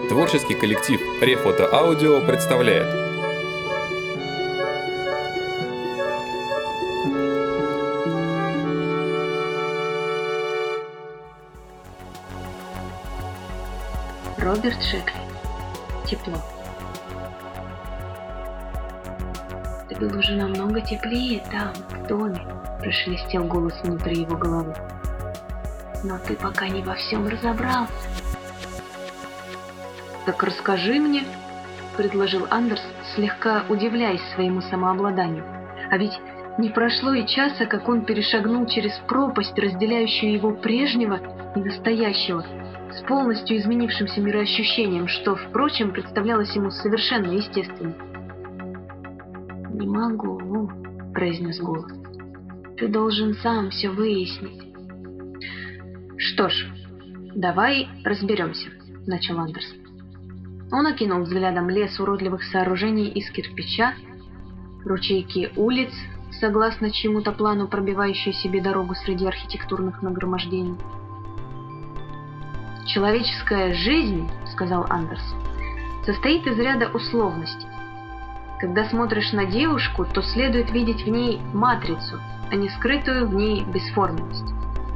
Творческий коллектив Рефото Аудио представляет. Роберт Шекли. Тепло. Ты был уже намного теплее там, в доме, прошелестел голос внутри его головы. Но ты пока не во всем разобрался. Так расскажи мне, предложил Андерс, слегка удивляясь своему самообладанию. А ведь не прошло и часа, как он перешагнул через пропасть, разделяющую его прежнего и настоящего, с полностью изменившимся мироощущением, что, впрочем, представлялось ему совершенно естественным. «Не могу», — произнес голос. «Ты должен сам все выяснить». «Что ж, давай разберемся», — начал Андерс. Он окинул взглядом лес уродливых сооружений из кирпича, ручейки улиц, согласно чьему-то плану пробивающие себе дорогу среди архитектурных нагромождений. «Человеческая жизнь, — сказал Андерс, — состоит из ряда условностей. Когда смотришь на девушку, то следует видеть в ней матрицу, а не скрытую в ней бесформенность».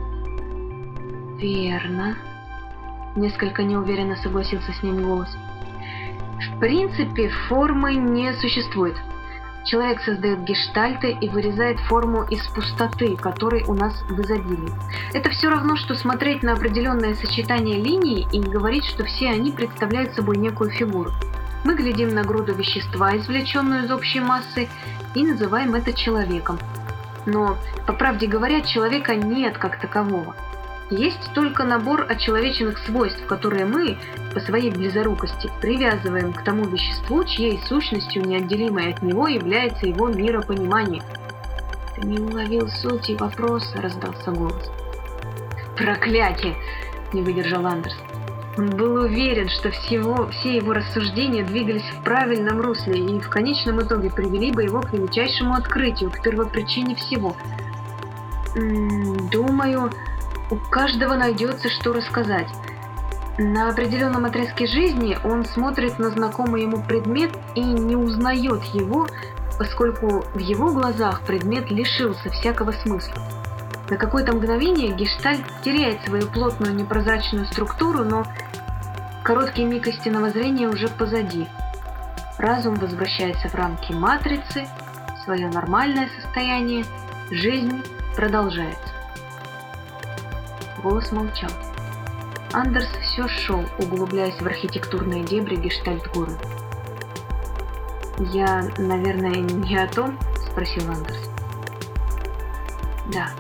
«Верно», — несколько неуверенно согласился с ним голос. «В принципе, формы не существует. Человек создает гештальты и вырезает форму из пустоты, которой у нас в изобилии. Это все равно, что смотреть на определенное сочетание линий и говорить, что все они представляют собой некую фигуру. Мы глядим на груду вещества, извлеченную из общей массы, и называем это человеком. Но, по правде говоря, человека нет как такового. Есть только набор очеловеченных свойств, которые мы, по своей близорукости, привязываем к тому веществу, чьей сущностью неотделимой от него является его миропонимание». «Ты не уловил сути вопроса», — раздался голос. «Проклятие!» — не выдержал Андерс. Он был уверен, что все его рассуждения двигались в правильном русле и в конечном итоге привели бы его к величайшему открытию, к первопричине всего. «Думаю, у каждого найдется, что рассказать. На определенном отрезке жизни он смотрит на знакомый ему предмет и не узнает его, поскольку в его глазах предмет лишился всякого смысла. На какое-то мгновение гештальт теряет свою плотную непрозрачную структуру, но короткий миг истинного зрения уже позади. Разум возвращается в рамки матрицы, в свое нормальное состояние, жизнь продолжается». Голос молчал. Андерс все шел, углубляясь в архитектурные дебри гештальт-города. «Я, наверное, не о том?» — спросил Андерс. «Да».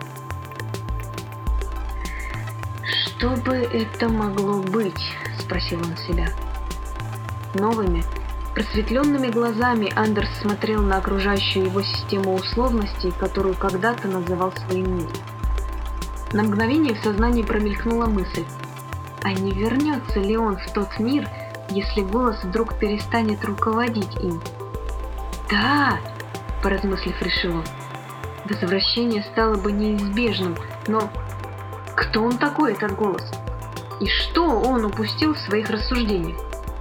«Что бы это могло быть?» — спросил он себя. Новыми, просветленными глазами Андерс смотрел на окружающую его систему условностей, которую когда-то называл своим миром. На мгновение в сознании промелькнула мысль: а не вернется ли он в тот мир, если голос вдруг перестанет руководить им? «Да!» — поразмыслив, решил он. Возвращение стало бы неизбежным, но кто он такой, этот голос? И что он упустил в своих рассуждениях?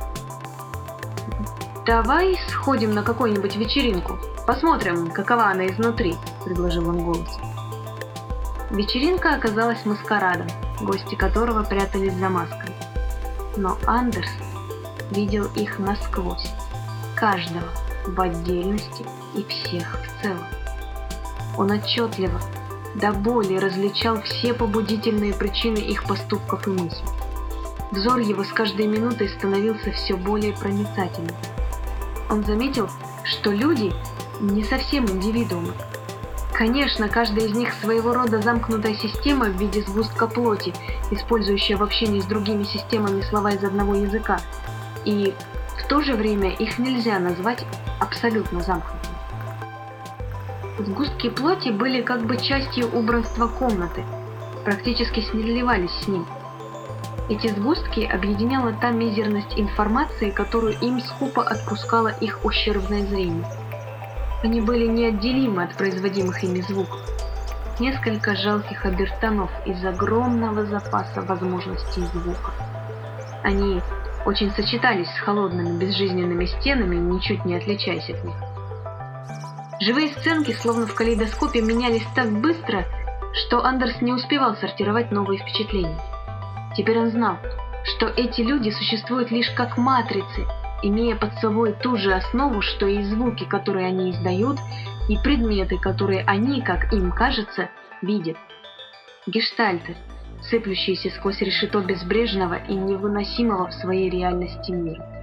«Давай сходим на какую-нибудь вечеринку, посмотрим, какова она изнутри», — предложил он голосом. Вечеринка оказалась маскарадом, гости которого прятались за масками. Но Андерс видел их насквозь, каждого в отдельности и всех в целом. Он отчетливо, до боли различал все побудительные причины их поступков и мыслей. Взор его с каждой минутой становился все более проницательным. Он заметил, что люди не совсем индивидуумы. Конечно, каждая из них своего рода замкнутая система в виде сгустка плоти, использующая в общении с другими системами слова из одного языка, и в то же время их нельзя назвать абсолютно замкнутыми. Сгустки плоти были как бы частью убранства комнаты, практически сливались с ним. Эти сгустки объединяла та мизерность информации, которую им скупо отпускало их ущербное зрение. Они были неотделимы от производимых ими звуков. Несколько жалких обертонов из огромного запаса возможностей звука. Они очень сочетались с холодными безжизненными стенами, ничуть не отличаясь от них. Живые сценки, словно в калейдоскопе, менялись так быстро, что Андерс не успевал сортировать новые впечатления. Теперь он знал, что эти люди существуют лишь как матрицы, имея под собой ту же основу, что и звуки, которые они издают, и предметы, которые они, как им кажется, видят. Гештальты, сыплющиеся сквозь решето безбрежного и невыносимого в своей реальности мира.